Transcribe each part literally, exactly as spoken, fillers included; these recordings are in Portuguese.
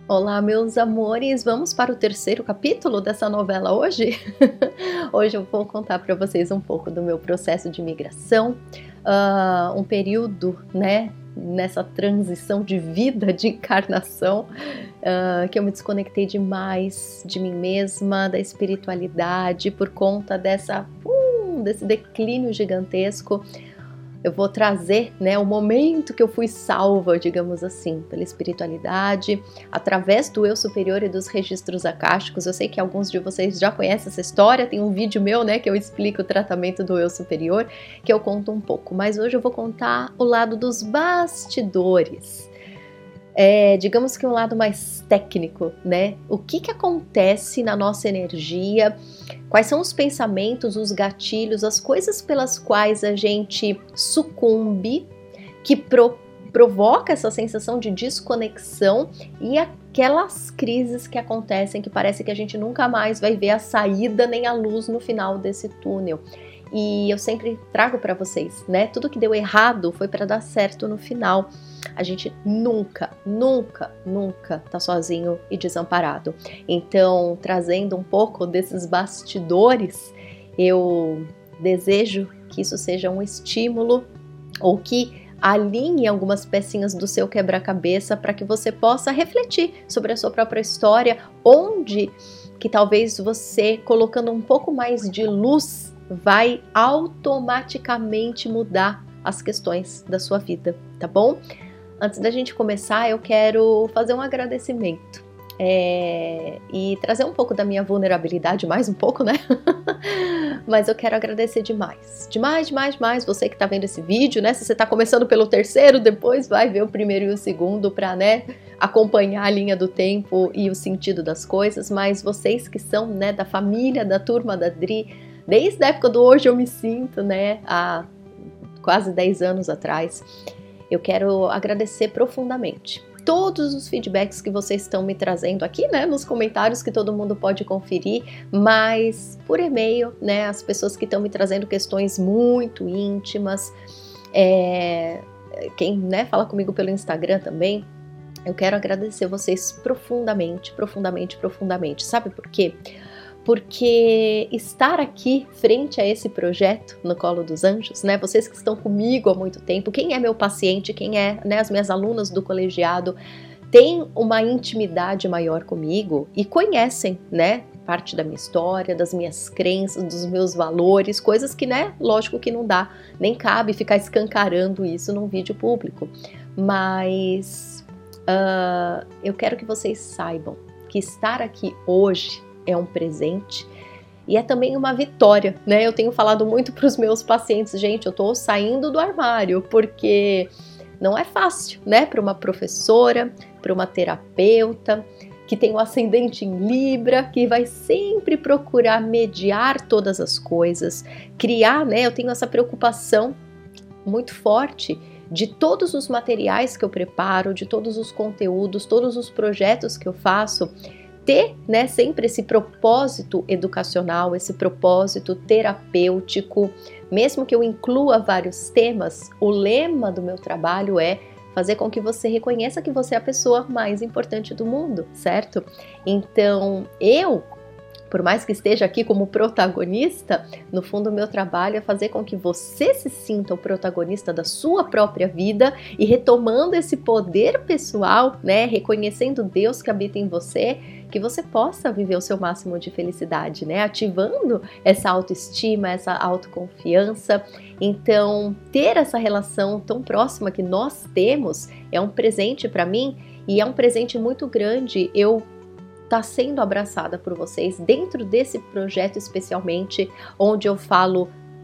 Olá, meus amores! Vamos para o terceiro capítulo dessa novela hoje? Hoje eu vou contar para vocês um pouco do meu processo de migração, uh, um período, né, nessa transição de vida, de encarnação, uh, que eu me desconectei demais de mim mesma, da espiritualidade, por conta dessa, uh, desse declínio gigantesco. Eu vou trazer, né, o momento que eu fui salva, digamos assim, pela espiritualidade, através do eu superior e dos registros akáshicos. Eu sei que alguns de vocês já conhecem essa história, tem um vídeo meu, né, que eu explico o tratamento do eu superior, que eu conto um pouco. Mas hoje eu vou contar o lado dos bastidores. É, digamos que um lado mais técnico, né? O que que acontece na nossa energia, quais são os pensamentos, os gatilhos, as coisas pelas quais a gente sucumbe, que pro, provoca essa sensação de desconexão e aquelas crises que acontecem que parece que a gente nunca mais vai ver a saída nem a luz no final desse túnel. E eu sempre trago para vocês, né? Tudo que deu errado foi para dar certo no final. A gente nunca, nunca, nunca tá sozinho e desamparado. Então, trazendo um pouco desses bastidores, eu desejo que isso seja um estímulo ou que alinhe algumas pecinhas do seu quebra-cabeça para que você possa refletir sobre a sua própria história, onde que talvez você, colocando um pouco mais de luz, vai automaticamente mudar as questões da sua vida, tá bom? Antes da gente começar, eu quero fazer um agradecimento é, e trazer um pouco da minha vulnerabilidade, mais um pouco, né? Mas eu quero agradecer demais, demais, demais, demais, você que tá vendo esse vídeo, né? Se você tá começando pelo terceiro, depois vai ver o primeiro e o segundo pra, né, acompanhar a linha do tempo e o sentido das coisas, mas vocês que são, né, da família, da turma da Dri, desde a época do Hoje Eu Me Sinto, né, há quase dez anos atrás, eu quero agradecer profundamente todos os feedbacks que vocês estão me trazendo aqui, né, nos comentários que todo mundo pode conferir, mas por e-mail, né, as pessoas que estão me trazendo questões muito íntimas, é, quem, né, fala comigo pelo Instagram também, eu quero agradecer vocês profundamente, profundamente, profundamente. Sabe por quê? Porque estar aqui frente a esse projeto no Colo dos Anjos, né? Vocês que estão comigo há muito tempo, quem é meu paciente, quem é, né, as minhas alunas do colegiado, tem uma intimidade maior comigo e conhecem, né, parte da minha história, das minhas crenças, dos meus valores, coisas que, né, lógico que não dá, nem cabe ficar escancarando isso num vídeo público. Mas uh, eu quero que vocês saibam que estar aqui hoje é um presente e é também uma vitória, né? Eu tenho falado muito para os meus pacientes, gente, eu tô saindo do armário, porque não é fácil, né? Para uma professora, para uma terapeuta, que tem um ascendente em Libra, que vai sempre procurar mediar todas as coisas, criar, né? Eu tenho essa preocupação muito forte de todos os materiais que eu preparo, de todos os conteúdos, todos os projetos que eu faço, ter, né, sempre esse propósito educacional, esse propósito terapêutico, mesmo que eu inclua vários temas, o lema do meu trabalho é fazer com que você reconheça que você é a pessoa mais importante do mundo, certo? Então, eu, por mais que esteja aqui como protagonista, no fundo o meu trabalho é fazer com que você se sinta o protagonista da sua própria vida e retomando esse poder pessoal, né, reconhecendo Deus que habita em você, que você possa viver o seu máximo de felicidade, né, ativando essa autoestima, essa autoconfiança. Então, ter essa relação tão próxima que nós temos é um presente para mim e é um presente muito grande. Eu está sendo abraçada por vocês dentro desse projeto especialmente, onde eu falo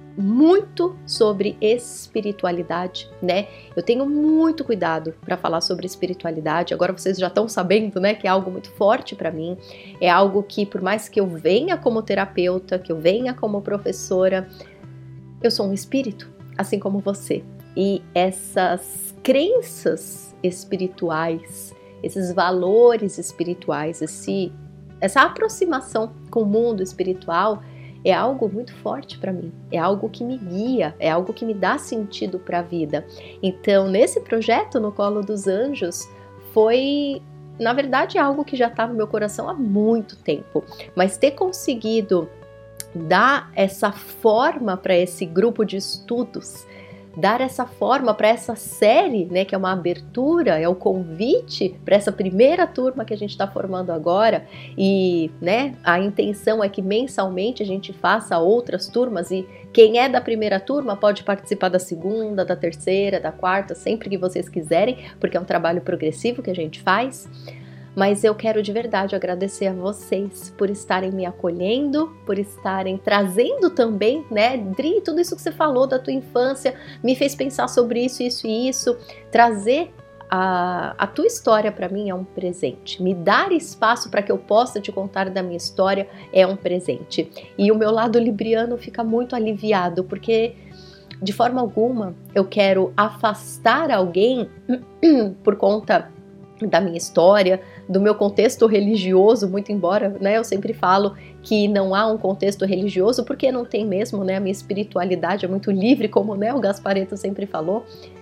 muito sobre espiritualidade, né? Eu tenho muito cuidado para falar sobre espiritualidade. Agora vocês já estão sabendo, né, que é algo muito forte para mim. É algo que, por mais que eu venha como terapeuta, que eu venha como professora, eu sou um espírito, assim como você. E essas crenças espirituais, esses valores espirituais, esse, essa aproximação com o mundo espiritual é algo muito forte para mim, é algo que me guia, é algo que me dá sentido para a vida. Então, nesse projeto no Colo dos Anjos, foi na verdade é algo que já está no meu coração há muito tempo, mas ter conseguido dar essa forma para esse grupo de estudos, dar essa forma para essa série, né, que é uma abertura, é o convite para essa primeira turma que a gente está formando agora, e, né, a intenção é que mensalmente a gente faça outras turmas, e quem é da primeira turma pode participar da segunda, da terceira, da quarta, sempre que vocês quiserem, porque é um trabalho progressivo que a gente faz. Mas eu quero de verdade agradecer a vocês por estarem me acolhendo, por estarem trazendo também, né, Dri, tudo isso que você falou da tua infância, me fez pensar sobre isso, isso e isso. Trazer a, a tua história para mim é um presente. Me dar espaço para que eu possa te contar da minha história é um presente. E o meu lado libriano fica muito aliviado, porque de forma alguma eu quero afastar alguém por conta da minha história, do meu contexto religioso, muito embora, né, eu sempre falo que não há um contexto religioso, porque não tem mesmo, né, a minha espiritualidade é muito livre, como, né, o Gasparetto sempre falou.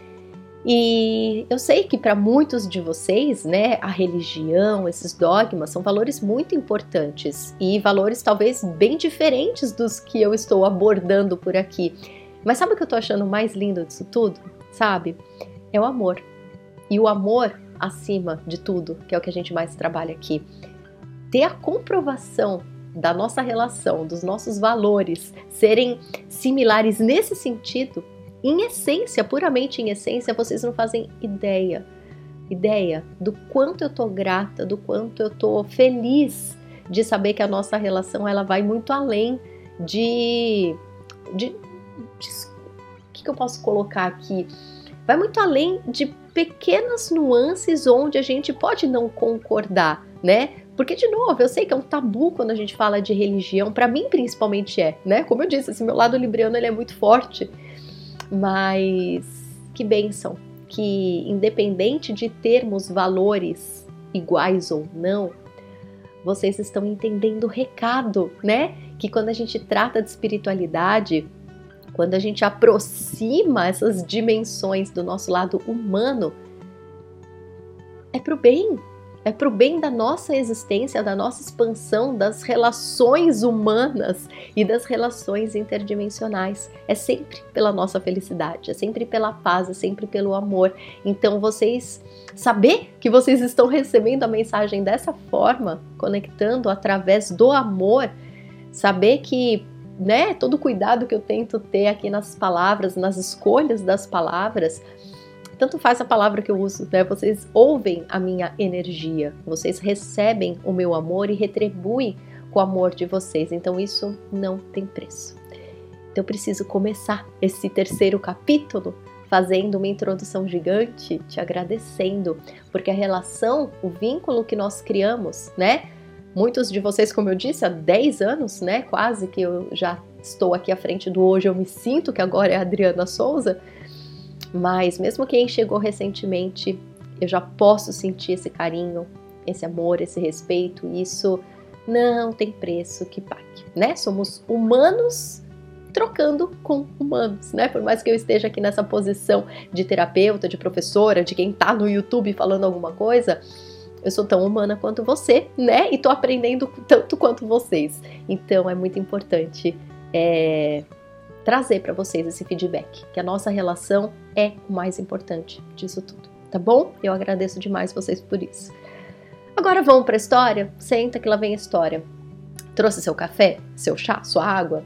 E eu sei que para muitos de vocês, né, a religião, esses dogmas são valores muito importantes e valores talvez bem diferentes dos que eu estou abordando por aqui. Mas sabe o que eu tô achando mais lindo disso tudo? Sabe? É o amor. E o amor acima de tudo, que é o que a gente mais trabalha aqui. Ter a comprovação da nossa relação, dos nossos valores serem similares nesse sentido, em essência, puramente em essência, vocês não fazem ideia, ideia do quanto eu tô grata, do quanto eu tô feliz de saber que a nossa relação ela vai muito além de, de, de o que, que eu posso colocar aqui? Vai muito além de pequenas nuances onde a gente pode não concordar, né? Porque, de novo, eu sei que é um tabu quando a gente fala de religião, para mim principalmente é, né? Como eu disse, esse meu lado libriano ele é muito forte, mas que bênção, que independente de termos valores iguais ou não, vocês estão entendendo o recado, né? Que quando a gente trata de espiritualidade, quando a gente aproxima essas dimensões do nosso lado humano, é pro bem, é pro bem da nossa existência, da nossa expansão, das relações humanas e das relações interdimensionais. É sempre pela nossa felicidade, é sempre pela paz, é sempre pelo amor. Então vocês, saber que vocês estão recebendo a mensagem dessa forma, conectando através do amor, saber que, né, todo o cuidado que eu tento ter aqui nas palavras, nas escolhas das palavras, tanto faz a palavra que eu uso, né? Vocês ouvem a minha energia, vocês recebem o meu amor e retribuem com o amor de vocês, então isso não tem preço. Então eu preciso começar esse terceiro capítulo fazendo uma introdução gigante, te agradecendo, porque a relação, o vínculo que nós criamos, né? Muitos de vocês, como eu disse, há dez anos, né, quase que eu já estou aqui à frente do Hoje Eu Me Sinto, que agora é a Adriana Souza, mas mesmo quem chegou recentemente, eu já posso sentir esse carinho, esse amor, esse respeito, e isso não tem preço que pague, né? Somos humanos trocando com humanos, né? Por mais que eu esteja aqui nessa posição de terapeuta, de professora, de quem tá no YouTube falando alguma coisa, eu sou tão humana quanto você, né? E tô aprendendo tanto quanto vocês. Então é muito importante é, trazer para vocês esse feedback, que a nossa relação é o mais importante disso tudo, tá bom? Eu agradeço demais vocês por isso. Agora vamos para a história? Senta que lá vem a história. Trouxe seu café, seu chá, sua água?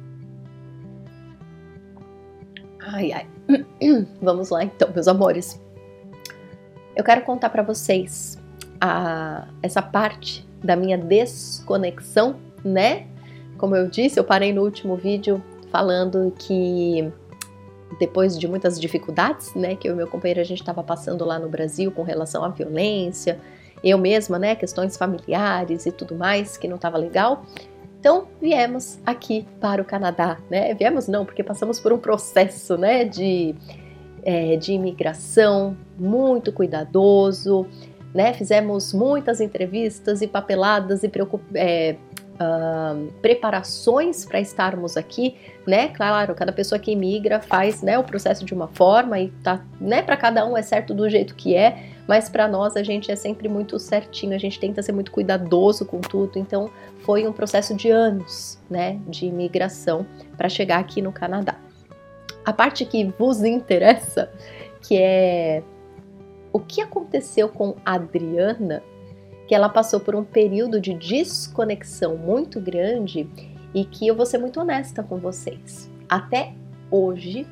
Ai, ai. Vamos lá então, meus amores. Eu quero contar para vocês A, essa parte da minha desconexão, né? Como eu disse, eu parei no último vídeo falando que depois de muitas dificuldades, né, que eu e meu companheiro a gente estava passando lá no Brasil com relação à violência, eu mesma, né, questões familiares e tudo mais, que não estava legal. Então viemos aqui para o Canadá, né? Viemos não, porque passamos por um processo, né, de, é, de imigração muito cuidadoso, né? Fizemos muitas entrevistas e papeladas e é, uh, preparações para estarmos aqui, né? Claro, cada pessoa que imigra faz, né, o processo de uma forma e tá, né, para cada um é certo do jeito que é, mas para nós a gente é sempre muito certinho, a gente tenta ser muito cuidadoso com tudo, então foi um processo de anos, né, de imigração para chegar aqui no Canadá. A parte que vos interessa, que é o que aconteceu com a Adriana, que ela passou por um período de desconexão muito grande e que eu vou ser muito honesta com vocês. Até hoje,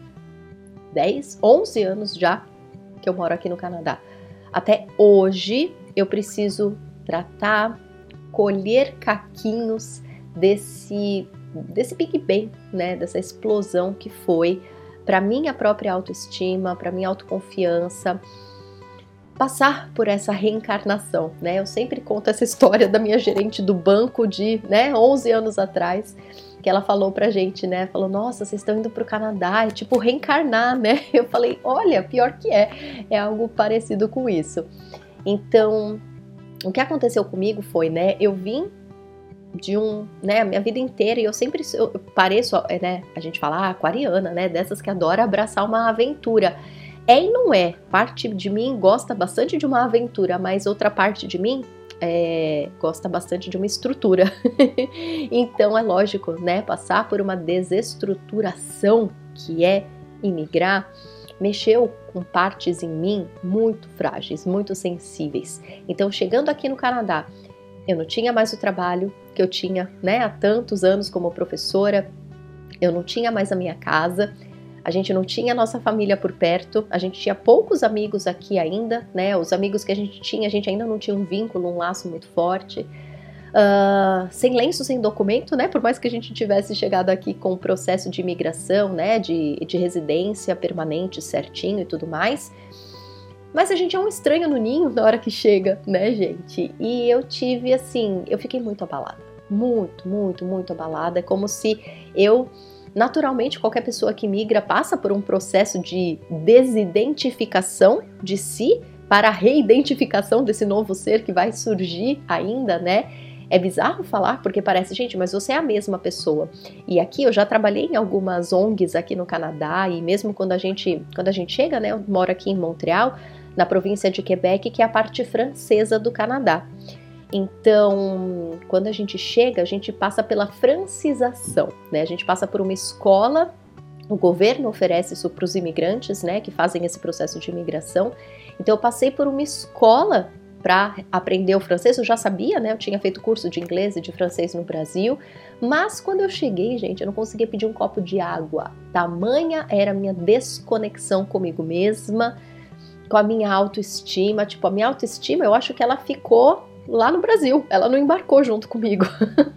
dez, onze anos já que eu moro aqui no Canadá, até hoje eu preciso tratar, colher caquinhos desse, desse Big Bang, né, dessa explosão que foi para minha própria autoestima, para minha autoconfiança, passar por essa reencarnação, né? Eu sempre conto essa história da minha gerente do banco de, né, onze anos atrás, que ela falou pra gente, né? Falou, nossa, vocês estão indo pro Canadá, é tipo reencarnar, né? Eu falei, olha, pior que é, é algo parecido com isso. Então, o que aconteceu comigo foi, né, eu vim de um, né, a minha vida inteira, e eu sempre eu pareço, né, a gente fala, ah, aquariana, né, dessas que adora abraçar uma aventura. É e não é, parte de mim gosta bastante de uma aventura, mas outra parte de mim é, gosta bastante de uma estrutura. Então é lógico, né, passar por uma desestruturação, que é imigrar, mexeu com partes em mim muito frágeis, muito sensíveis. Então, chegando aqui no Canadá, eu não tinha mais o trabalho que eu tinha, né, há tantos anos como professora, eu não tinha mais a minha casa, a gente não tinha a nossa família por perto, a gente tinha poucos amigos aqui ainda, né, os amigos que a gente tinha, a gente ainda não tinha um vínculo, um laço muito forte, uh, sem lenço, sem documento, né, por mais que a gente tivesse chegado aqui com o processo de imigração, né, de, de residência permanente certinho e tudo mais, mas a gente é um estranho no ninho na hora que chega, né, gente? E eu tive, assim, eu fiquei muito abalada. Muito, muito, muito abalada. É como se eu, naturalmente, qualquer pessoa que migra passa por um processo de desidentificação de si para a reidentificação desse novo ser que vai surgir ainda, né? É bizarro falar, porque parece, gente, mas você é a mesma pessoa. E aqui eu já trabalhei em algumas O N Gs aqui no Canadá, e mesmo quando a gente, quando a gente chega, né, eu moro aqui em Montreal, na província de Quebec, que é a parte francesa do Canadá. Então, quando a gente chega, a gente passa pela francização, né? A gente passa por uma escola, o governo oferece isso para os imigrantes, né, que fazem esse processo de imigração. Então, eu passei por uma escola para aprender o francês, eu já sabia, né, eu tinha feito curso de inglês e de francês no Brasil, mas quando eu cheguei, gente, eu não conseguia pedir um copo de água. Tamanha era a minha desconexão comigo mesma, com a minha autoestima, tipo, a minha autoestima, eu acho que ela ficou lá no Brasil, ela não embarcou junto comigo.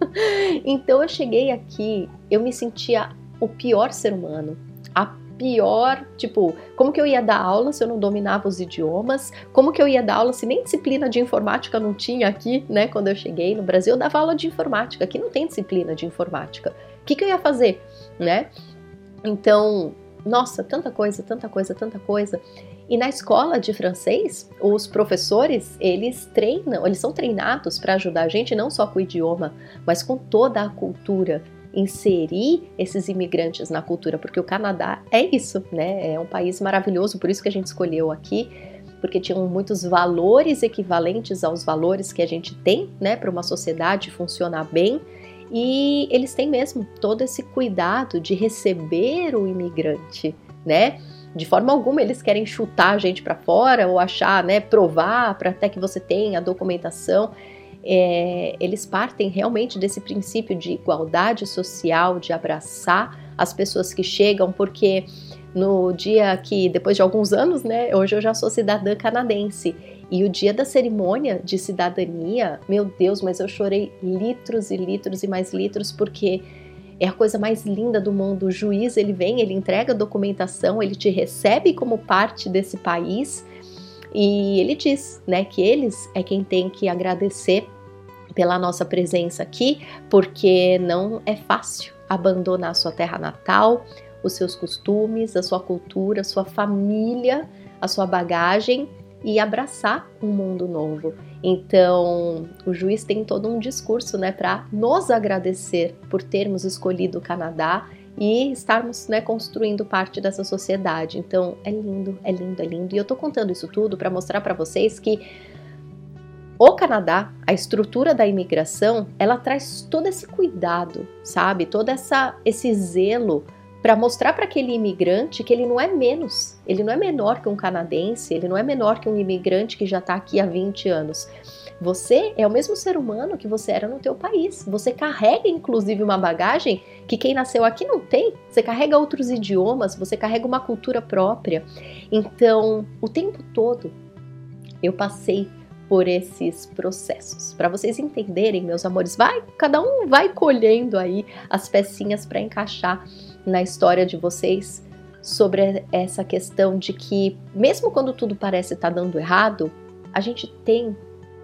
Então eu cheguei aqui, eu me sentia o pior ser humano, a pior, tipo, como que eu ia dar aula se eu não dominava os idiomas, como que eu ia dar aula se nem disciplina de informática não tinha aqui, né, quando eu cheguei no Brasil, eu dava aula de informática, aqui não tem disciplina de informática, o que que eu ia fazer, né? Então, nossa, tanta coisa, tanta coisa, tanta coisa. E na escola de francês, os professores, eles treinam, eles são treinados para ajudar a gente não só com o idioma, mas com toda a cultura, inserir esses imigrantes na cultura, porque o Canadá é isso, né? É um país maravilhoso, por isso que a gente escolheu aqui, porque tinham muitos valores equivalentes aos valores que a gente tem, né, para uma sociedade funcionar bem. E eles têm mesmo todo esse cuidado de receber o imigrante, né? De forma alguma eles querem chutar a gente para fora ou achar, né, provar para até que você tenha a documentação. É, eles partem realmente desse princípio de igualdade social, de abraçar as pessoas que chegam, porque no dia que, depois de alguns anos, né, hoje eu já sou cidadã canadense, e o dia da cerimônia de cidadania, meu Deus, mas eu chorei litros e litros e mais litros, porque é a coisa mais linda do mundo. O juiz, ele vem, ele entrega a documentação, ele te recebe como parte desse país, e ele diz, né, que eles é quem tem que agradecer pela nossa presença aqui, porque não é fácil abandonar a sua terra natal, os seus costumes, a sua cultura, a sua família, a sua bagagem, e abraçar um mundo novo. Então, o juiz tem todo um discurso, né, para nos agradecer por termos escolhido o Canadá e estarmos, né, construindo parte dessa sociedade. Então é lindo, é lindo, é lindo. E eu tô contando isso tudo para mostrar para vocês que o Canadá, a estrutura da imigração, ela traz todo esse cuidado, sabe? Todo essa, esse zelo para mostrar para aquele imigrante que ele não é menos, ele não é menor que um canadense, ele não é menor que um imigrante que já está aqui há vinte anos. Você é o mesmo ser humano que você era no teu país. Você carrega, inclusive, uma bagagem que quem nasceu aqui não tem. Você carrega outros idiomas, você carrega uma cultura própria. Então, o tempo todo, eu passei por esses processos. Para vocês entenderem, meus amores, vai, cada um vai colhendo aí as pecinhas para encaixar na história de vocês sobre essa questão de que, mesmo quando tudo parece estar dando errado, a gente tem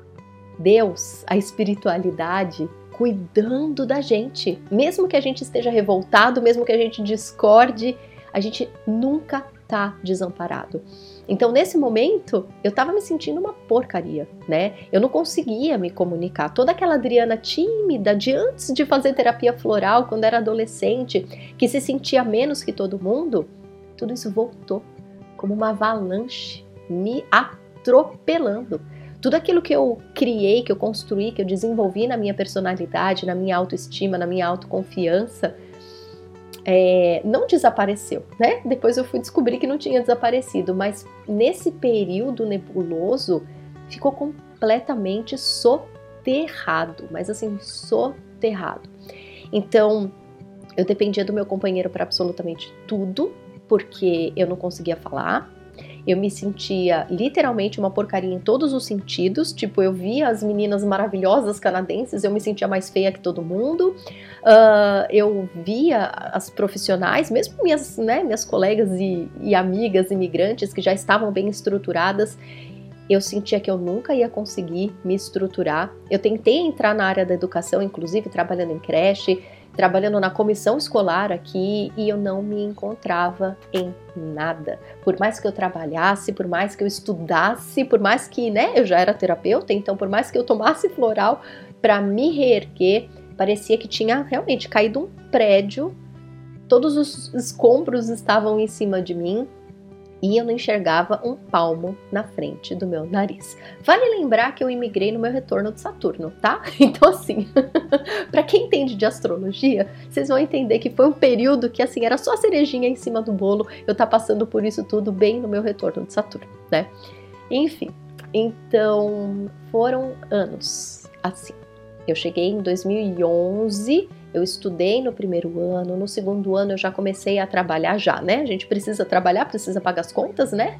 Deus, a espiritualidade, cuidando da gente. Mesmo que a gente esteja revoltado, mesmo que a gente discorde, a gente nunca tá desamparado. Então, nesse momento, eu tava me sentindo uma porcaria, né? Eu não conseguia me comunicar. Toda aquela Adriana tímida de antes de fazer terapia floral, quando era adolescente, que se sentia menos que todo mundo, tudo isso voltou como uma avalanche, me atropelando. Tudo aquilo que eu criei, que eu construí, que eu desenvolvi na minha personalidade, na minha autoestima, na minha autoconfiança, é, não desapareceu, né? Depois eu fui descobrir que não tinha desaparecido, mas nesse período nebuloso ficou completamente soterrado, mas assim, soterrado. Então, eu dependia do meu companheiro para absolutamente tudo, porque eu não conseguia falar. Eu me sentia literalmente uma porcaria em todos os sentidos, tipo, eu via as meninas maravilhosas canadenses, eu me sentia mais feia que todo mundo, uh, eu via as profissionais, mesmo minhas, né, minhas colegas e, e amigas imigrantes que já estavam bem estruturadas, eu sentia que eu nunca ia conseguir me estruturar. Eu tentei entrar na área da educação, inclusive trabalhando em creche, trabalhando na comissão escolar aqui, e eu não me encontrava em nada. Por mais que eu trabalhasse, por mais que eu estudasse, por mais que, né, eu já era terapeuta, então por mais que eu tomasse floral para me reerguer, parecia que tinha realmente caído um prédio, todos os escombros estavam em cima de mim, e eu não enxergava um palmo na frente do meu nariz. Vale lembrar que eu imigrei no meu retorno de Saturno, tá? Então assim, para quem entende de astrologia, vocês vão entender que foi um período que assim, era só a cerejinha em cima do bolo, eu tá passando por isso tudo bem no meu retorno de Saturno, né? Enfim, então foram anos assim. Eu cheguei em dois mil e onze, eu estudei no primeiro ano, no segundo ano eu já comecei a trabalhar já, né? A gente precisa trabalhar, precisa pagar as contas, né?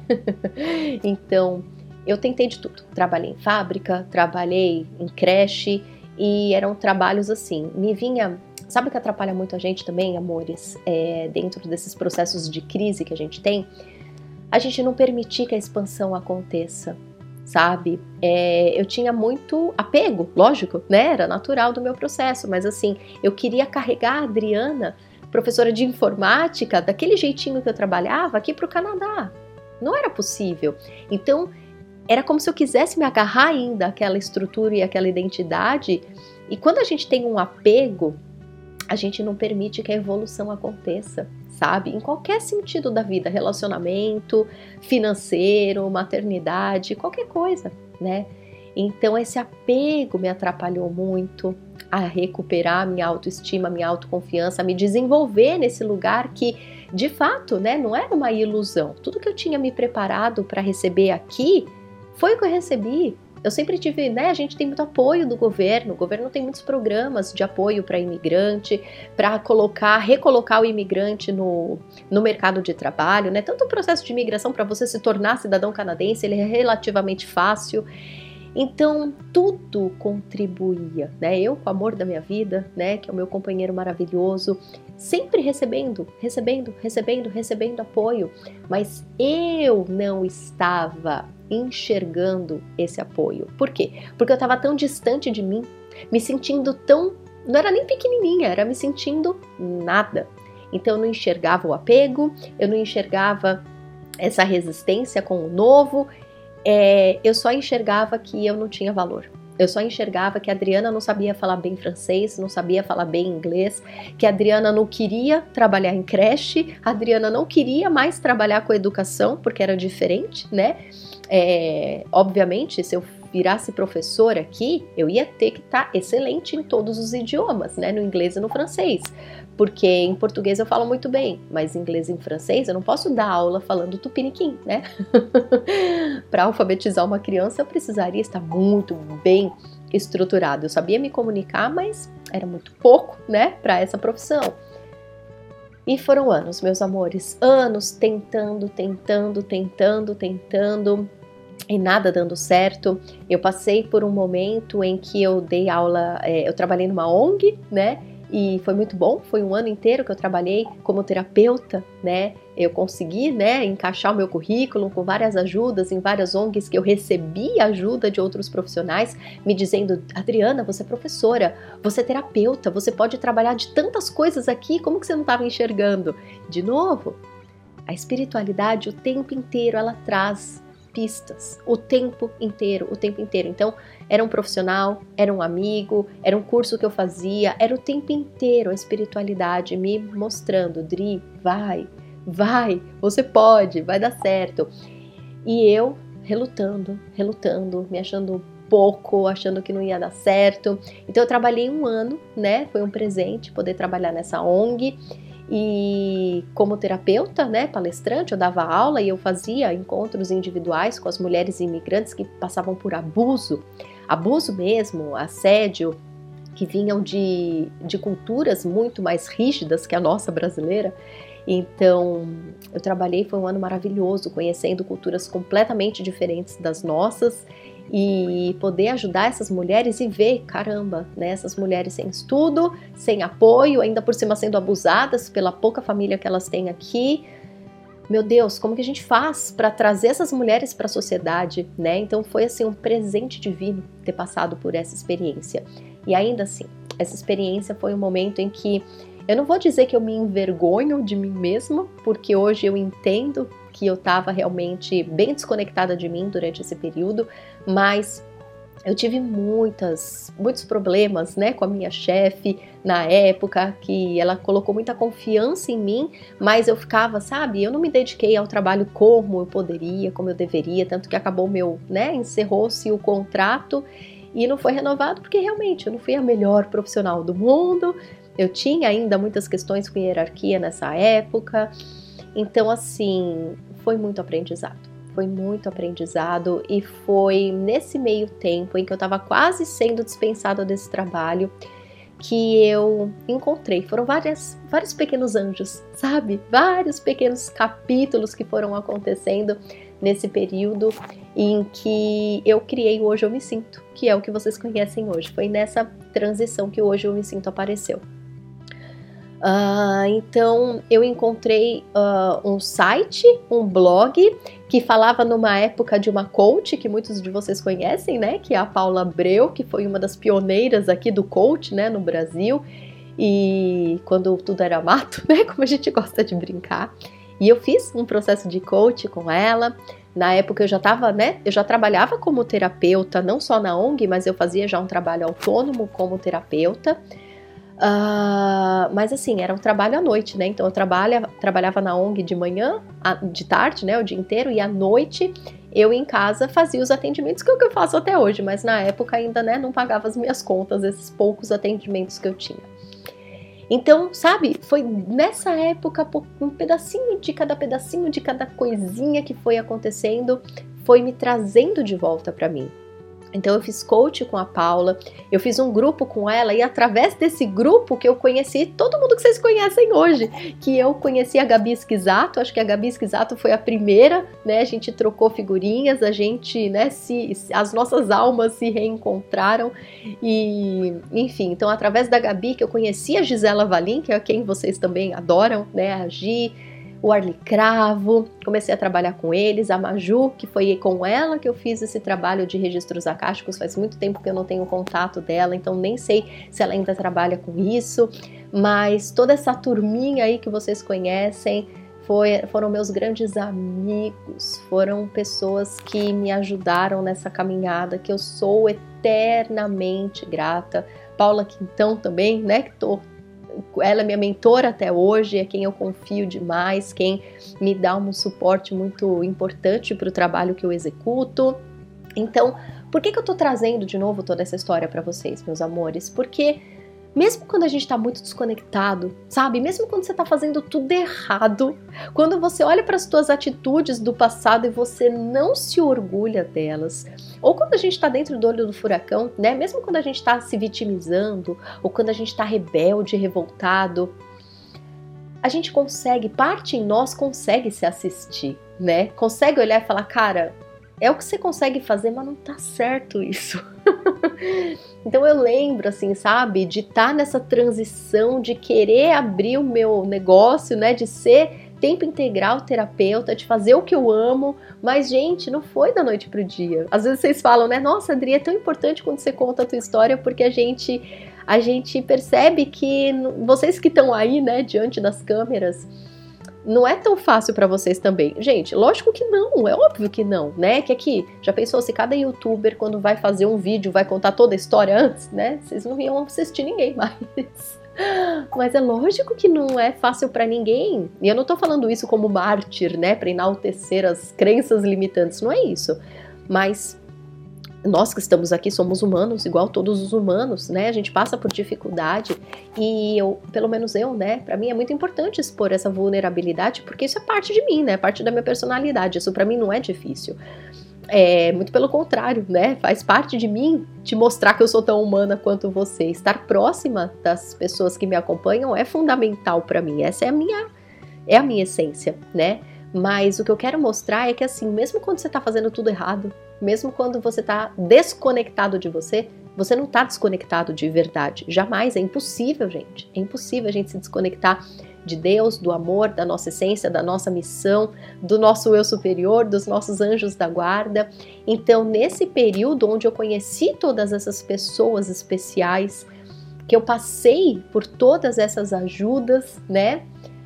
Então, eu tentei de tudo. Trabalhei em fábrica, trabalhei em creche e eram trabalhos assim, me vinha... Sabe o que atrapalha muito a gente também, amores? É, dentro desses processos de crise que a gente tem, a gente não permitir que a expansão aconteça. Sabe? É, eu tinha muito apego, lógico, né? Era natural do meu processo, mas assim, eu queria carregar a Adriana, professora de informática, daquele jeitinho que eu trabalhava aqui para o Canadá. Não era possível. Então, era como se eu quisesse me agarrar ainda àquela estrutura e àquela identidade, e quando a gente tem um apego, a gente não permite que a evolução aconteça, sabe? Em qualquer sentido da vida, relacionamento, financeiro, maternidade, qualquer coisa, né? Então esse apego me atrapalhou muito a recuperar a minha autoestima, a minha autoconfiança, a me desenvolver nesse lugar que, de fato, né, não era uma ilusão. Tudo que eu tinha me preparado para receber aqui foi o que eu recebi. Eu sempre tive, né, a gente tem muito apoio do governo, o governo tem muitos programas de apoio para imigrante, para colocar, recolocar o imigrante no, no mercado de trabalho, né, tanto o processo de imigração para você se tornar cidadão canadense, ele é relativamente fácil, então tudo contribuía, né, eu com o amor da minha vida, né, que é o meu companheiro maravilhoso, sempre recebendo, recebendo, recebendo, recebendo apoio, mas eu não estava enxergando esse apoio. Por quê? Porque eu estava tão distante de mim, me sentindo tão... não era nem pequenininha, era me sentindo nada. Então eu não enxergava o apego, eu não enxergava essa resistência com o novo, é, eu só enxergava que eu não tinha valor. Eu só enxergava que a Adriana não sabia falar bem francês, não sabia falar bem inglês, que a Adriana não queria trabalhar em creche, a Adriana não queria mais trabalhar com educação, porque era diferente, né? É, obviamente, se eu virasse professora aqui, eu ia ter que estar excelente em todos os idiomas, né? No inglês e no francês. Porque em português eu falo muito bem, mas em inglês e em francês eu não posso dar aula falando tupiniquim, né? Para alfabetizar uma criança eu precisaria estar muito bem estruturado. Eu sabia me comunicar, mas era muito pouco, né, para essa profissão. E foram anos, meus amores, anos tentando, tentando, tentando, tentando, e nada dando certo. Eu passei por um momento em que eu dei aula, é, eu trabalhei numa O N G, né? E foi muito bom, foi um ano inteiro que eu trabalhei como terapeuta, né? Eu consegui, né, encaixar o meu currículo com várias ajudas em várias O N Gs que eu recebi ajuda de outros profissionais me dizendo: Adriana, você é professora, você é terapeuta, você pode trabalhar de tantas coisas aqui, como que você não estava enxergando? De novo, a espiritualidade o tempo inteiro ela traz pistas, o tempo inteiro, o tempo inteiro. Então, era um profissional, era um amigo, era um curso que eu fazia, era o tempo inteiro a espiritualidade me mostrando: Dri, vai, vai, você pode, vai dar certo. E eu relutando, relutando, me achando pouco, achando que não ia dar certo. Então eu trabalhei um ano, né? Foi um presente poder trabalhar nessa O N G. E como terapeuta, né, palestrante, eu dava aula e eu fazia encontros individuais com as mulheres imigrantes que passavam por abuso, abuso mesmo, assédio, que vinham de, de culturas muito mais rígidas que a nossa brasileira. Então, eu trabalhei, foi um ano maravilhoso, conhecendo culturas completamente diferentes das nossas e poder ajudar essas mulheres e ver, caramba, né, essas mulheres sem estudo, sem apoio, ainda por cima sendo abusadas pela pouca família que elas têm aqui. Meu Deus, como que a gente faz para trazer essas mulheres para a sociedade, né? Então foi assim um presente divino ter passado por essa experiência. E ainda assim, essa experiência foi um momento em que eu não vou dizer que eu me envergonho de mim mesma, porque hoje eu entendo que eu estava realmente bem desconectada de mim durante esse período, mas eu tive muitas, muitos problemas, né, com a minha chefe na época, que ela colocou muita confiança em mim, mas eu ficava, sabe, eu não me dediquei ao trabalho como eu poderia, como eu deveria, tanto que acabou meu, né, encerrou-se o contrato e não foi renovado, porque realmente eu não fui a melhor profissional do mundo, eu tinha ainda muitas questões com hierarquia nessa época. Então, assim, foi muito aprendizado, foi muito aprendizado e foi nesse meio tempo em que eu estava quase sendo dispensada desse trabalho que eu encontrei, foram várias, vários pequenos anjos, sabe? Vários pequenos capítulos que foram acontecendo nesse período em que eu criei o Hoje Eu Me Sinto, que é o que vocês conhecem hoje. Foi nessa transição que o Hoje Eu Me Sinto apareceu. Uh, então eu encontrei uh, um site, um blog que falava numa época de uma coach que muitos de vocês conhecem, né, que é a Paula Abreu, que foi uma das pioneiras aqui do coach, né, no Brasil, e quando tudo era mato, né, como a gente gosta de brincar, e eu fiz um processo de coach com ela. Na época eu já estava, né, eu já trabalhava como terapeuta, não só na O N G, mas eu fazia já um trabalho autônomo como terapeuta. Uh, mas assim, era um trabalho à noite, né? Então eu trabalha, trabalhava na O N G de manhã, de tarde, né? O dia inteiro, e à noite eu em casa fazia os atendimentos, que é o que eu faço até hoje, mas na época ainda, né, não pagava as minhas contas, esses poucos atendimentos que eu tinha. Então, sabe, foi nessa época, um pedacinho de cada pedacinho, de cada coisinha que foi acontecendo, foi me trazendo de volta para mim. Então eu fiz coach com a Paula, eu fiz um grupo com ela e através desse grupo que eu conheci todo mundo que vocês conhecem hoje, que eu conheci a Gabi Esquisato, acho que a Gabi Esquisato foi a primeira, né, a gente trocou figurinhas, a gente, né, se, as nossas almas se reencontraram e, enfim, então através da Gabi que eu conheci a Gisela Valim, que é quem vocês também adoram, né, a Gi, o Arli Cravo, comecei a trabalhar com eles, a Maju, que foi com ela que eu fiz esse trabalho de registros akáshicos, faz muito tempo que eu não tenho contato dela, então nem sei se ela ainda trabalha com isso, mas toda essa turminha aí que vocês conhecem, foi, foram meus grandes amigos, foram pessoas que me ajudaram nessa caminhada, que eu sou eternamente grata. Paula Quintão também, né, que tô, ela é minha mentora até hoje, é quem eu confio demais, quem me dá um suporte muito importante para o trabalho que eu executo. Então, por que que eu tô trazendo de novo toda essa história para vocês, meus amores? Porque mesmo quando a gente tá muito desconectado, sabe? Mesmo quando você tá fazendo tudo errado, quando você olha para as suas atitudes do passado e você não se orgulha delas, ou quando a gente tá dentro do olho do furacão, né? Mesmo quando a gente tá se vitimizando, ou quando a gente tá rebelde, revoltado, a gente consegue, parte em nós consegue se assistir, né? Consegue olhar e falar, cara, é o que você consegue fazer, mas não tá certo isso. Então eu lembro, assim, sabe, de estar nessa transição, de querer abrir o meu negócio, né, de ser tempo integral terapeuta, de fazer o que eu amo, mas, gente, não foi da noite pro dia. Às vezes vocês falam, né, nossa, Adri, é tão importante quando você conta a tua história, porque a gente, a gente percebe que vocês que estão aí, né, diante das câmeras, não é tão fácil para vocês também. Gente, lógico que não, é óbvio que não, né? Que aqui, já pensou se cada youtuber, quando vai fazer um vídeo, vai contar toda a história antes, né? Vocês não iam assistir ninguém mais. Mas é lógico que não é fácil para ninguém. E eu não tô falando isso como mártir, né? Para enaltecer as crenças limitantes, não é isso. Mas nós que estamos aqui somos humanos, igual todos os humanos, né? A gente passa por dificuldade e eu, pelo menos eu, né? Pra mim é muito importante expor essa vulnerabilidade, porque isso é parte de mim, né? Parte da minha personalidade. Isso pra mim não é difícil. É muito pelo contrário, né? Faz parte de mim te mostrar que eu sou tão humana quanto você. Estar próxima das pessoas que me acompanham é fundamental pra mim. Essa é a minha, é a minha essência, né? Mas o que eu quero mostrar é que, assim, mesmo quando você tá fazendo tudo errado, mesmo quando você tá desconectado de você, você não tá desconectado de verdade. Jamais, é impossível, gente. É impossível a gente se desconectar de Deus, do amor, da nossa essência, da nossa missão, do nosso eu superior, dos nossos anjos da guarda. Então, nesse período onde eu conheci todas essas pessoas especiais, que eu passei por todas essas ajudas, né?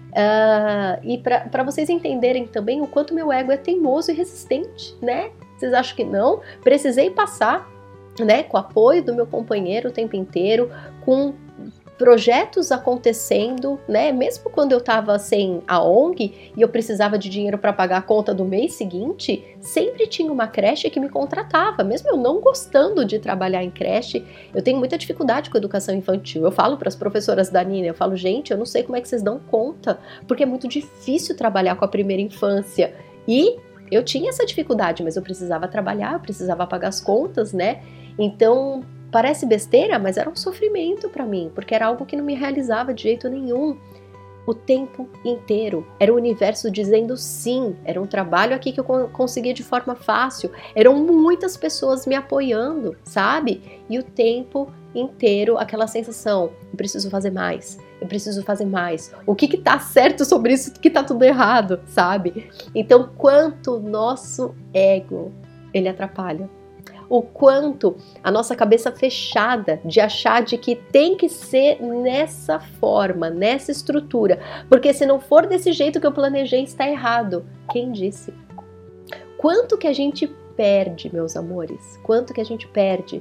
Uh, e para vocês entenderem também o quanto meu ego é teimoso e resistente, né? Vocês acham que não? Precisei passar, né, com o apoio do meu companheiro o tempo inteiro, com projetos acontecendo, né? Mesmo quando eu estava sem a O N G e eu precisava de dinheiro para pagar a conta do mês seguinte, sempre tinha uma creche que me contratava, mesmo eu não gostando de trabalhar em creche. Eu tenho muita dificuldade com educação infantil. Eu falo para as professoras da Nina, eu falo, gente, eu não sei como é que vocês dão conta, porque é muito difícil trabalhar com a primeira infância. E eu tinha essa dificuldade, mas eu precisava trabalhar, eu precisava pagar as contas, né? Então, parece besteira, mas era um sofrimento para mim, porque era algo que não me realizava de jeito nenhum. O tempo inteiro. Era o universo dizendo sim. Era um trabalho aqui que eu conseguia de forma fácil. Eram muitas pessoas me apoiando, sabe? E o tempo inteiro, aquela sensação, eu preciso fazer mais, eu preciso fazer mais. O que que tá certo sobre isso que tá tudo errado, sabe? Então, quanto o nosso ego, ele atrapalha. O quanto a nossa cabeça fechada de achar de que tem que ser nessa forma, nessa estrutura, porque se não for desse jeito que eu planejei, está errado. Quem disse? Quanto que a gente perde, meus amores? Quanto que a gente perde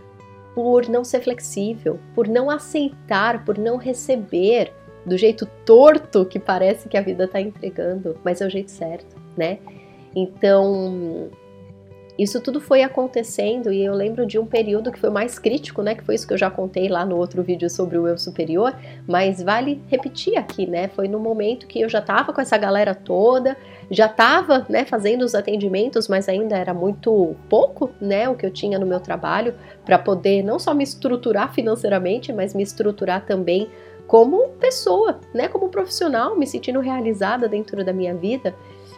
por não ser flexível, por não aceitar, por não receber do jeito torto que parece que a vida está entregando, mas é o jeito certo, né? Então, isso tudo foi acontecendo e eu lembro de um período que foi mais crítico, né? Que foi isso que eu já contei lá no outro vídeo sobre o eu superior, mas vale repetir aqui, né? Foi no momento que eu já tava com essa galera toda, já tava, né, fazendo os atendimentos, mas ainda era muito pouco, né, o que eu tinha no meu trabalho para poder não só me estruturar financeiramente, mas me estruturar também como pessoa, né, como profissional, me sentindo realizada dentro da minha vida.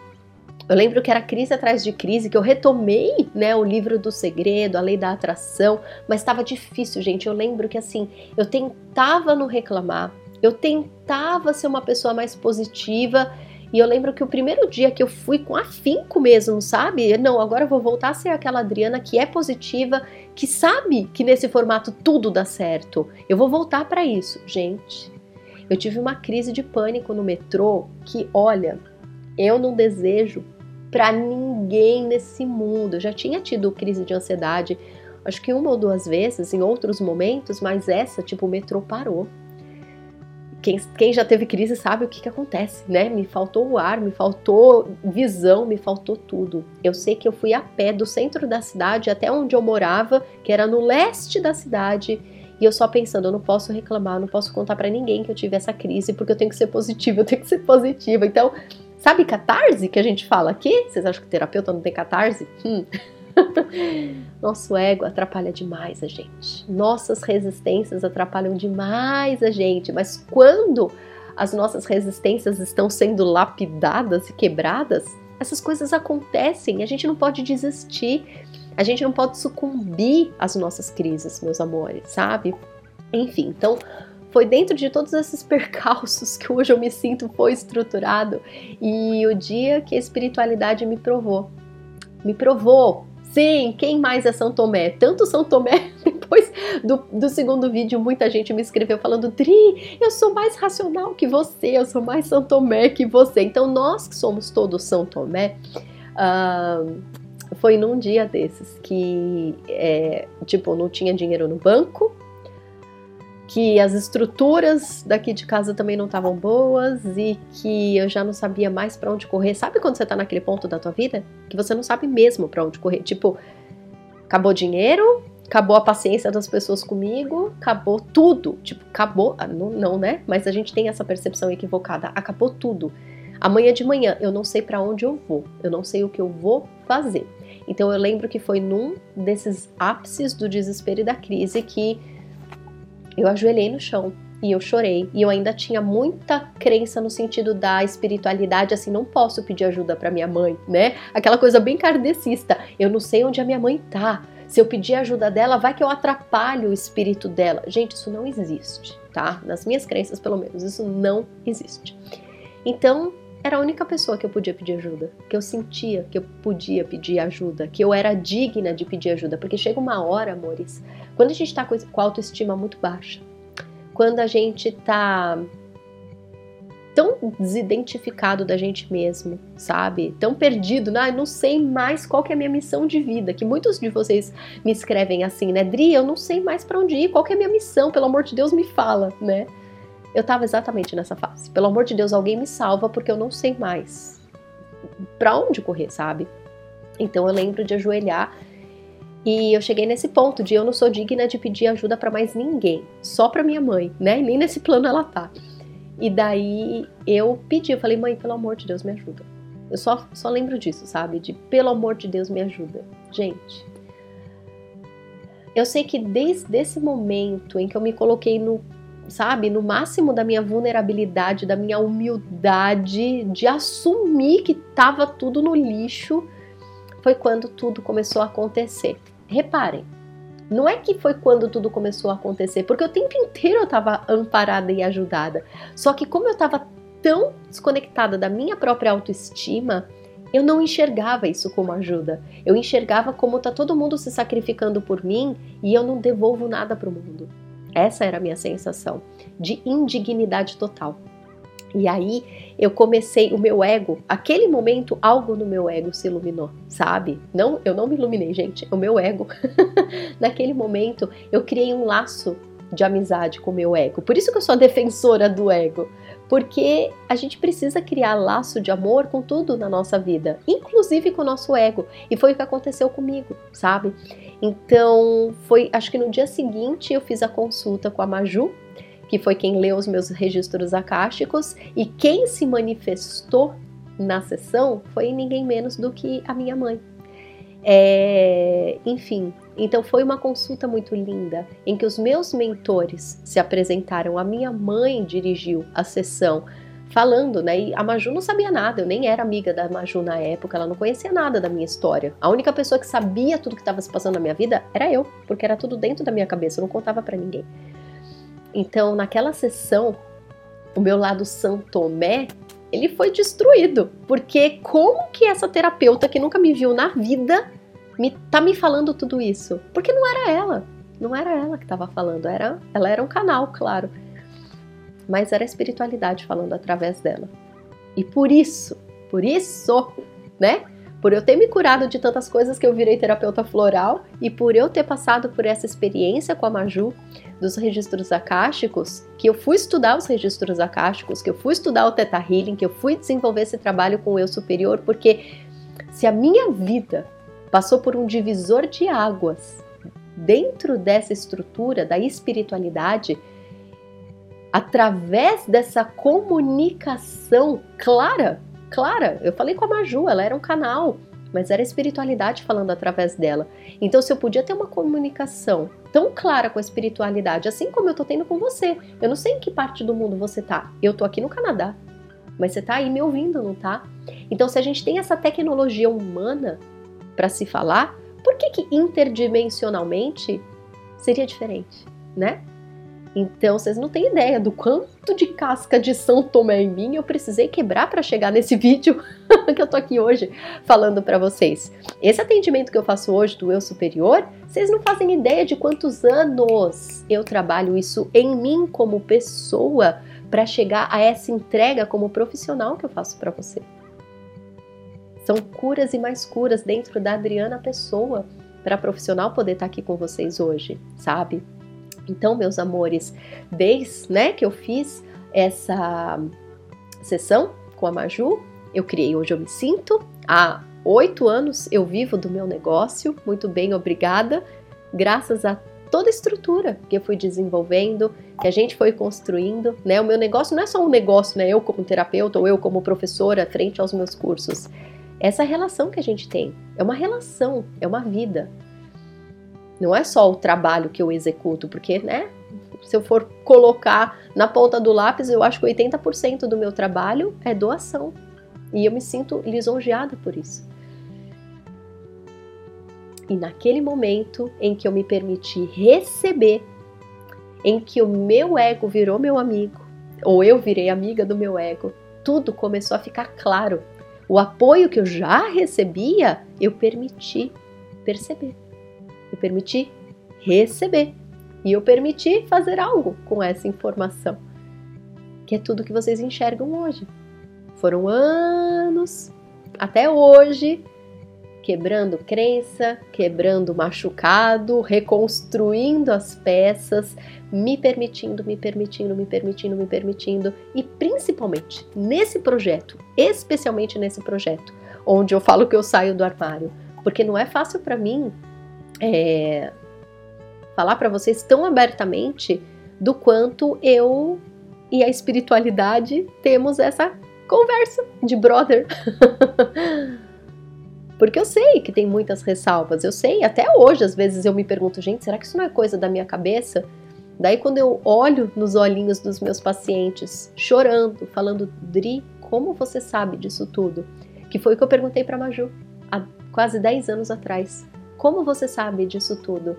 Eu lembro que era crise atrás de crise, que eu retomei, né, o livro do segredo, a lei da atração, mas estava difícil, gente. Eu lembro que, assim, eu tentava não reclamar, eu tentava ser uma pessoa mais positiva, e eu lembro que o primeiro dia que eu fui com afinco mesmo, sabe? Não, agora eu vou voltar a ser aquela Adriana que é positiva, que sabe que nesse formato tudo dá certo. Eu vou voltar para isso. Gente, eu tive uma crise de pânico no metrô que, olha, eu não desejo para ninguém nesse mundo. Eu já tinha tido crise de ansiedade Acho que uma ou duas vezes, em outros momentos, mas essa, tipo, o metrô parou. Quem, quem já teve crise sabe o que que acontece, né? Me faltou o ar, me faltou visão, me faltou tudo. Eu sei que eu fui a pé do centro da cidade até onde eu morava, que era no leste da cidade, e eu só pensando, eu não posso reclamar, eu não posso contar pra ninguém que eu tive essa crise, porque eu tenho que ser positiva, eu tenho que ser positiva. Então, sabe catarse que a gente fala aqui? Vocês acham que terapeuta não tem catarse? Hum. Nosso ego atrapalha demais a gente. Nossas resistências atrapalham demais a gente. Mas quando as nossas resistências estão sendo lapidadas e quebradas, essas coisas acontecem. A gente não pode desistir. A gente não pode sucumbir às nossas crises, meus amores, sabe? Enfim, então foi dentro de todos esses percalços que hoje eu me sinto foi estruturado. E o dia que a espiritualidade me provou. Me provou. Sim, quem mais é São Tomé? Tanto São Tomé, depois do, do segundo vídeo, muita gente me escreveu falando: Dri, eu sou mais racional que você, eu sou mais São Tomé que você. Então, nós que somos todos São Tomé, uh, foi num dia desses que, é, tipo, não tinha dinheiro no banco, que as estruturas daqui de casa também não estavam boas e que eu já não sabia mais pra onde correr. Sabe quando você tá naquele ponto da tua vida que você não sabe mesmo pra onde correr? Tipo, acabou o dinheiro, acabou a paciência das pessoas comigo, acabou tudo. Tipo, acabou, não, não, né? Mas a gente tem essa percepção equivocada. Acabou tudo. Amanhã de manhã eu não sei pra onde eu vou, eu não sei o que eu vou fazer. Então eu lembro que foi num desses ápices do desespero e da crise que eu ajoelhei no chão e eu chorei. E eu ainda tinha muita crença no sentido da espiritualidade, assim, não posso pedir ajuda pra minha mãe, né? Aquela coisa bem kardecista. Eu não sei onde a minha mãe tá. Se eu pedir ajuda dela, vai que eu atrapalho o espírito dela. Gente, isso não existe, tá? Nas minhas crenças, pelo menos, isso não existe. Então, era a única pessoa que eu podia pedir ajuda, que eu sentia que eu podia pedir ajuda, que eu era digna de pedir ajuda, porque chega uma hora, amores, quando a gente tá com a autoestima muito baixa, quando a gente tá tão desidentificado da gente mesmo, sabe? Tão perdido, né? Não sei mais qual que é a minha missão de vida, que muitos de vocês me escrevem assim, né? Dri, eu não sei mais pra onde ir, qual que é a minha missão, pelo amor de Deus, me fala, né? Eu tava exatamente nessa fase. Pelo amor de Deus, alguém me salva, porque eu não sei mais pra onde correr, sabe? Então eu lembro de ajoelhar e eu cheguei nesse ponto de eu não sou digna de pedir ajuda pra mais ninguém, só pra minha mãe, né? E nem nesse plano ela tá. E daí eu pedi, eu falei: mãe, pelo amor de Deus, me ajuda. Eu só, só lembro disso, sabe? De pelo amor de Deus, me ajuda. Gente, eu sei que desde esse momento em que eu me coloquei no sabe, no máximo da minha vulnerabilidade, da minha humildade, de assumir que tava tudo no lixo, foi quando tudo começou a acontecer. Reparem, não é que foi quando tudo começou a acontecer, porque o tempo inteiro eu tava amparada e ajudada, só que como eu tava tão desconectada da minha própria autoestima, eu não enxergava isso como ajuda. Eu enxergava como tá todo mundo se sacrificando por mim e eu não devolvo nada pro mundo. Essa era a minha sensação de indignidade total. E aí eu comecei, o meu ego, aquele momento algo no meu ego se iluminou, sabe? Não, eu não me iluminei, gente, o meu ego. Naquele momento eu criei um laço de amizade com o meu ego. Por isso que eu sou a defensora do ego. Porque a gente precisa criar laço de amor com tudo na nossa vida, inclusive com o nosso ego. E foi o que aconteceu comigo, sabe? Então, foi, acho que no dia seguinte eu fiz a consulta com a Maju, que foi quem leu os meus registros akáshicos, e quem se manifestou na sessão foi ninguém menos do que a minha mãe. É, enfim, então foi uma consulta muito linda, em que os meus mentores se apresentaram, a minha mãe dirigiu a sessão, falando, né, e a Maju não sabia nada, eu nem era amiga da Maju na época, ela não conhecia nada da minha história. A única pessoa que sabia tudo que estava se passando na minha vida era eu, porque era tudo dentro da minha cabeça, eu não contava pra ninguém. Então, naquela sessão, o meu lado São Tomé, ele foi destruído, porque como que essa terapeuta que nunca me viu na vida me, tá me falando tudo isso? Porque não era ela, não era ela que estava falando, era, ela era um canal, claro, mas era a espiritualidade falando através dela. E por isso, por isso, né? por eu ter me curado de tantas coisas que eu virei terapeuta floral e por eu ter passado por essa experiência com a Maju dos registros akáshicos, que eu fui estudar os registros akáshicos, que eu fui estudar o Theta Healing, que eu fui desenvolver esse trabalho com o eu superior, porque se a minha vida passou por um divisor de águas dentro dessa estrutura da espiritualidade, através dessa comunicação clara, clara, eu falei com a Maju, ela era um canal, mas era a espiritualidade falando através dela. Então, se eu podia ter uma comunicação tão clara com a espiritualidade, assim como eu tô tendo com você, eu não sei em que parte do mundo você tá, eu tô aqui no Canadá, mas você tá aí me ouvindo, não tá? Então, se a gente tem essa tecnologia humana para se falar, por que que interdimensionalmente seria diferente, né? Então, vocês não têm ideia do quanto de casca de São Tomé em mim eu precisei quebrar para chegar nesse vídeo que eu tô aqui hoje falando para vocês. Esse atendimento que eu faço hoje do eu superior, vocês não fazem ideia de quantos anos eu trabalho isso em mim como pessoa para chegar a essa entrega como profissional que eu faço para você. São curas e mais curas dentro da Adriana pessoa para profissional poder estar aqui com vocês hoje, sabe? Então, meus amores, desde, né, que eu fiz essa sessão com a Maju, eu criei Hoje Eu Me Sinto. Há oito anos eu vivo do meu negócio, muito bem, obrigada, graças a toda a estrutura que eu fui desenvolvendo, que a gente foi construindo, né? O meu negócio não é só um negócio, né? Eu como terapeuta ou eu como professora frente aos meus cursos. Essa relação que a gente tem é uma relação, é uma vida. Não é só o trabalho que eu executo, porque, né, se eu for colocar na ponta do lápis, eu acho que oitenta por cento do meu trabalho é doação. E eu me sinto lisonjeada por isso. E naquele momento em que eu me permiti receber, em que o meu ego virou meu amigo, ou eu virei amiga do meu ego, tudo começou a ficar claro. O apoio que eu já recebia, eu permiti perceber. Eu permiti receber e eu permiti fazer algo com essa informação, que é tudo que vocês enxergam hoje. Foram anos, até hoje, quebrando crença, quebrando machucado, reconstruindo as peças, me permitindo, me permitindo, me permitindo, me permitindo, e principalmente nesse projeto, especialmente nesse projeto, onde eu falo que eu saio do armário, porque não é fácil para mim É, falar para vocês tão abertamente do quanto eu e a espiritualidade temos essa conversa de brother. Porque eu sei que tem muitas ressalvas, eu sei, até hoje às vezes eu me pergunto, gente, será que isso não é coisa da minha cabeça? Daí quando eu olho nos olhinhos dos meus pacientes, chorando, falando, Dri, como você sabe disso tudo? Que foi o que eu perguntei para Maju há quase dez anos atrás. Como você sabe disso tudo?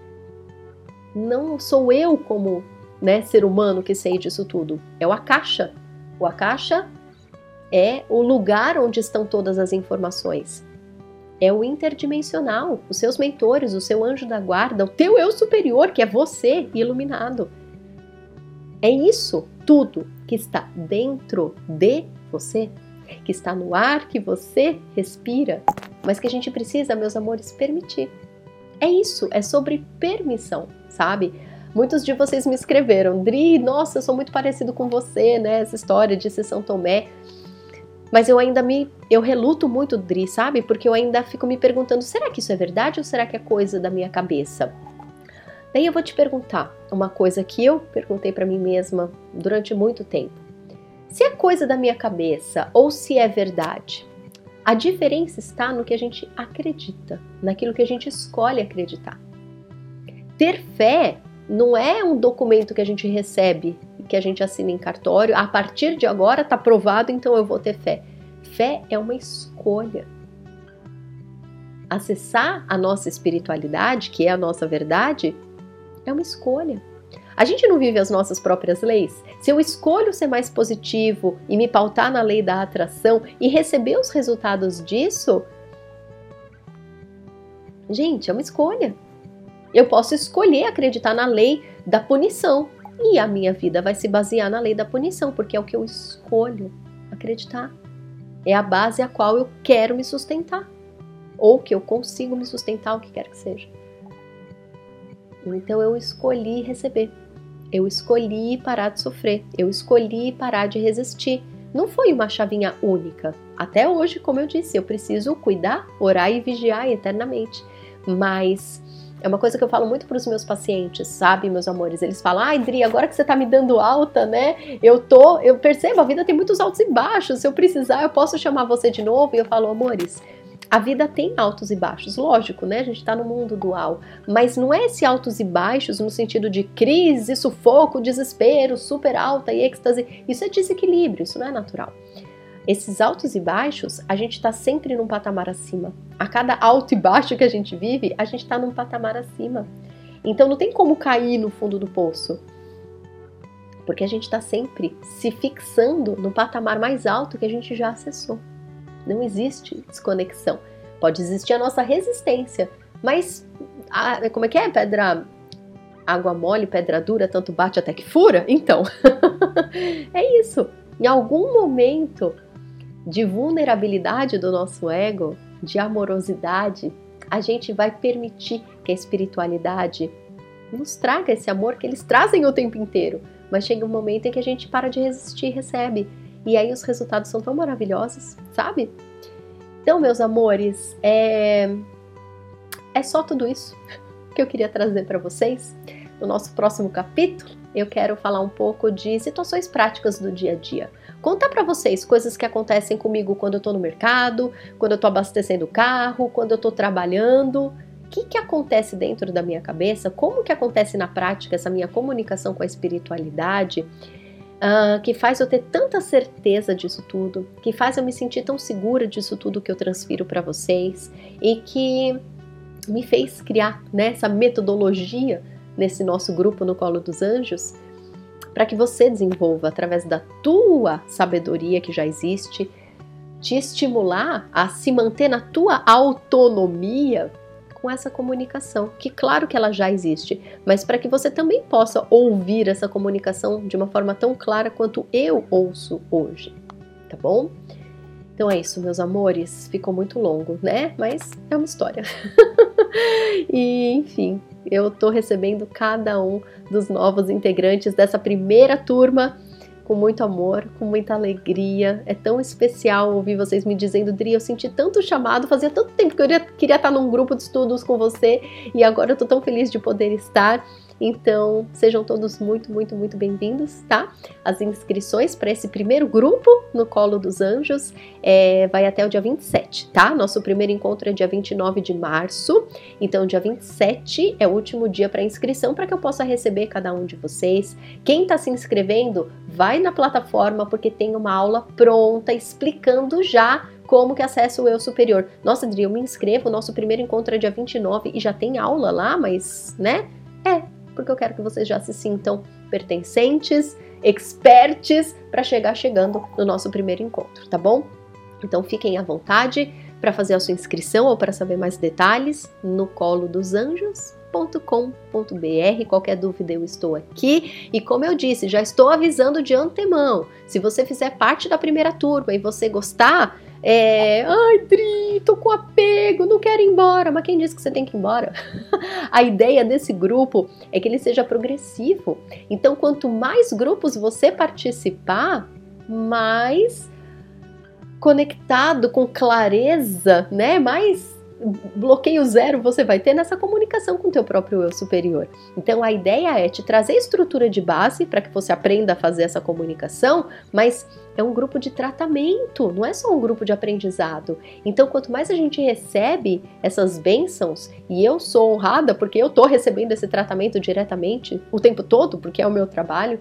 Não sou eu como, né, ser humano que sei disso tudo. É o Akasha. O Akasha é o lugar onde estão todas as informações. É o interdimensional, os seus mentores, o seu anjo da guarda, o teu eu superior, que é você iluminado. É isso tudo que está dentro de você, que está no ar que você respira, mas que a gente precisa, meus amores, permitir. É isso, é sobre permissão, sabe? Muitos de vocês me escreveram, Dri, nossa, eu sou muito parecido com você, né? Essa história de ser São Tomé. Mas eu ainda me, eu reluto muito, Dri, sabe? Porque eu ainda fico me perguntando, será que isso é verdade ou será que é coisa da minha cabeça? Daí eu vou te perguntar uma coisa que eu perguntei para mim mesma durante muito tempo. Se é coisa da minha cabeça ou se é verdade, a diferença está no que a gente acredita, naquilo que a gente escolhe acreditar. Ter fé não é um documento que a gente recebe, que a gente assina em cartório, a partir de agora está provado, então eu vou ter fé. Fé é uma escolha. Acessar a nossa espiritualidade, que é a nossa verdade, é uma escolha. A gente não vive as nossas próprias leis? Se eu escolho ser mais positivo e me pautar na lei da atração e receber os resultados disso, gente, é uma escolha. Eu posso escolher acreditar na lei da punição e a minha vida vai se basear na lei da punição, porque é o que eu escolho acreditar. É a base a qual eu quero me sustentar. Ou que eu consigo me sustentar, o que quer que seja. Então eu escolhi receber. Eu escolhi parar de sofrer. Eu escolhi parar de resistir. Não foi uma chavinha única. Até hoje, como eu disse, eu preciso cuidar, orar e vigiar eternamente. Mas é uma coisa que eu falo muito para os meus pacientes, sabe, meus amores? Eles falam, ai, Dri, agora que você tá me dando alta, né? Eu tô, eu percebo, a vida tem muitos altos e baixos. Se eu precisar, eu posso chamar você de novo? E eu falo, amores, a vida tem altos e baixos, lógico, né? A gente tá no mundo dual, mas não é esse altos e baixos no sentido de crise, sufoco, desespero, super alta e êxtase. Isso é desequilíbrio, isso não é natural. Esses altos e baixos, a gente tá sempre num patamar acima. A cada alto e baixo que a gente vive, a gente tá num patamar acima. Então não tem como cair no fundo do poço, porque a gente tá sempre se fixando no patamar mais alto que a gente já acessou. Não existe desconexão. Pode existir a nossa resistência, mas a, como é que é? Pedra, água mole, pedra dura, tanto bate até que fura? Então, é isso. Em algum momento de vulnerabilidade do nosso ego, de amorosidade, a gente vai permitir que a espiritualidade nos traga esse amor que eles trazem o tempo inteiro. Mas chega um momento em que a gente para de resistir e recebe. E aí os resultados são tão maravilhosos, sabe? Então, meus amores, é, é só tudo isso que eu queria trazer para vocês. No nosso próximo capítulo, eu quero falar um pouco de situações práticas do dia a dia. Contar para vocês coisas que acontecem comigo quando eu tô no mercado, quando eu tô abastecendo o carro, quando eu tô trabalhando. O que que acontece dentro da minha cabeça? Como que acontece na prática essa minha comunicação com a espiritualidade? Uh, que faz eu ter tanta certeza disso tudo, que faz eu me sentir tão segura disso tudo que eu transfiro para vocês e que me fez criar, né, essa metodologia nesse nosso grupo no Colo dos Anjos, para que você desenvolva através da tua sabedoria que já existe, te estimular a se manter na tua autonomia com essa comunicação, que claro que ela já existe, mas para que você também possa ouvir essa comunicação de uma forma tão clara quanto eu ouço hoje, tá bom? Então é isso, meus amores, ficou muito longo, né? Mas é uma história. E, enfim, eu tô recebendo cada um dos novos integrantes dessa primeira turma com muito amor, com muita alegria. É tão especial ouvir vocês me dizendo, Dri, eu senti tanto chamado, fazia tanto tempo que eu queria, queria estar num grupo de estudos com você e agora eu tô tão feliz de poder estar. Então, sejam todos muito, muito, muito bem-vindos, tá? As inscrições para esse primeiro grupo no Colo dos Anjos é, vai até o dia vinte e sete, tá? Nosso primeiro encontro é dia vinte e nove de março, então dia vinte e sete é o último dia para inscrição para que eu possa receber cada um de vocês. Quem está se inscrevendo, vai na plataforma porque tem uma aula pronta explicando já como que acessa o eu superior. Nossa, Adri, eu me inscrevo, nosso primeiro encontro é dia vinte e nove e já tem aula lá, mas, né? É, porque eu quero que vocês já se sintam pertencentes, experts, para chegar chegando no nosso primeiro encontro, tá bom? Então fiquem à vontade para fazer a sua inscrição ou para saber mais detalhes no colo dos anjos ponto com ponto br. Qualquer dúvida eu estou aqui e, como eu disse, já estou avisando de antemão, se você fizer parte da primeira turma e você gostar, é, ai, Dri, tô com apego, não quero ir embora. Mas quem disse que você tem que ir embora? A ideia desse grupo é que ele seja progressivo. Então, quanto mais grupos você participar, mais conectado, com clareza, né? Mais bloqueio zero você vai ter nessa comunicação com o teu próprio eu superior. Então a ideia é te trazer estrutura de base para que você aprenda a fazer essa comunicação, mas é um grupo de tratamento, não é só um grupo de aprendizado. Então quanto mais a gente recebe essas bênçãos, e eu sou honrada porque eu tô recebendo esse tratamento diretamente o tempo todo, porque é o meu trabalho,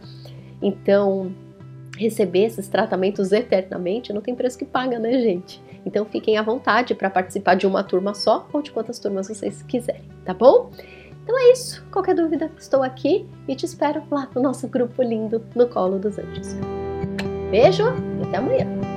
então receber esses tratamentos eternamente não tem preço que paga, né, gente? Então fiquem à vontade para participar de uma turma só ou de quantas turmas vocês quiserem, tá bom? Então é isso. Qualquer dúvida, estou aqui e te espero lá no nosso grupo lindo no Colo dos Anjos. Beijo e até amanhã!